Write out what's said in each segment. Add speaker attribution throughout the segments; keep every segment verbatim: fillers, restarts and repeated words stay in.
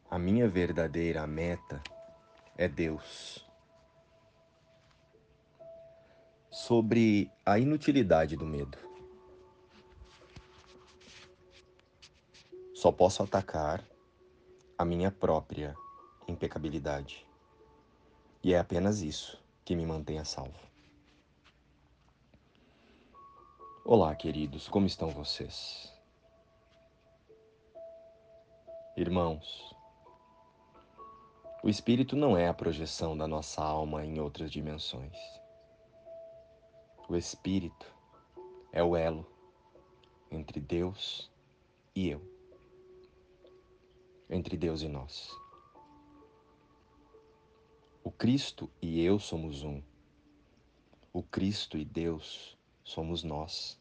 Speaker 1: A minha verdadeira meta é Deus. Sobre a inutilidade do medo. Só posso atacar a minha própria impecabilidade. E é apenas isso que me mantém a salvo. Olá, queridos, como estão vocês? Irmãos, o espírito não é a projeção da nossa alma em outras dimensões. O espírito é o elo entre Deus e eu, entre Deus e nós. O Cristo e eu somos um. O Cristo e Deus somos nós.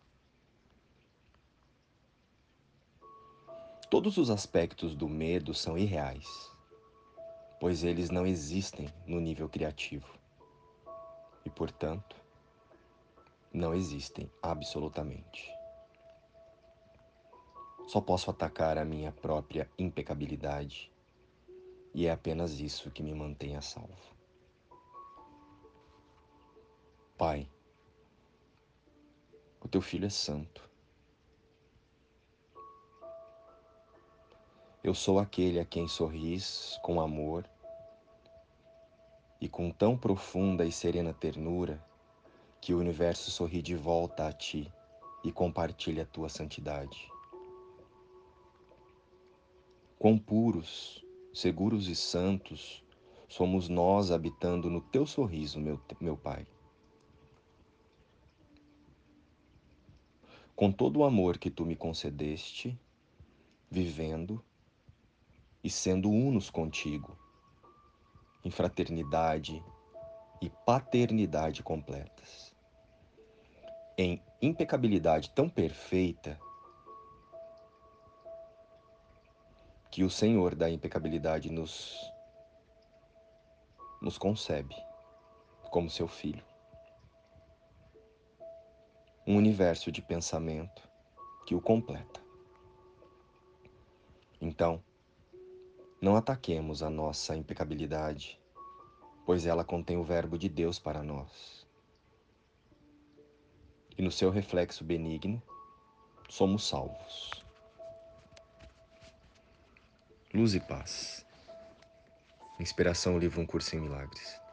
Speaker 1: Todos os aspectos do medo são irreais, pois eles não existem no nível criativo e, portanto, não existem absolutamente. Só posso atacar a minha própria impecabilidade e é apenas isso que me mantém a salvo. Pai, o teu filho é santo. Eu sou aquele a quem sorris com amor e com tão profunda e serena ternura que o universo sorri de volta a ti e compartilha a tua santidade. Quão puros, seguros e santos somos nós habitando no teu sorriso, meu, meu Pai. Com todo o amor que tu me concedeste, vivendo e sendo unos contigo, em fraternidade e paternidade completas, em impecabilidade tão perfeita que o Senhor da impecabilidade nos, nos concebe como seu filho. Um universo de pensamento que o completa. Então, não ataquemos a nossa impecabilidade, pois ela contém o verbo de Deus para nós. E no seu reflexo benigno, somos salvos. Luz e paz. Inspiração, livro Um Curso em Milagres.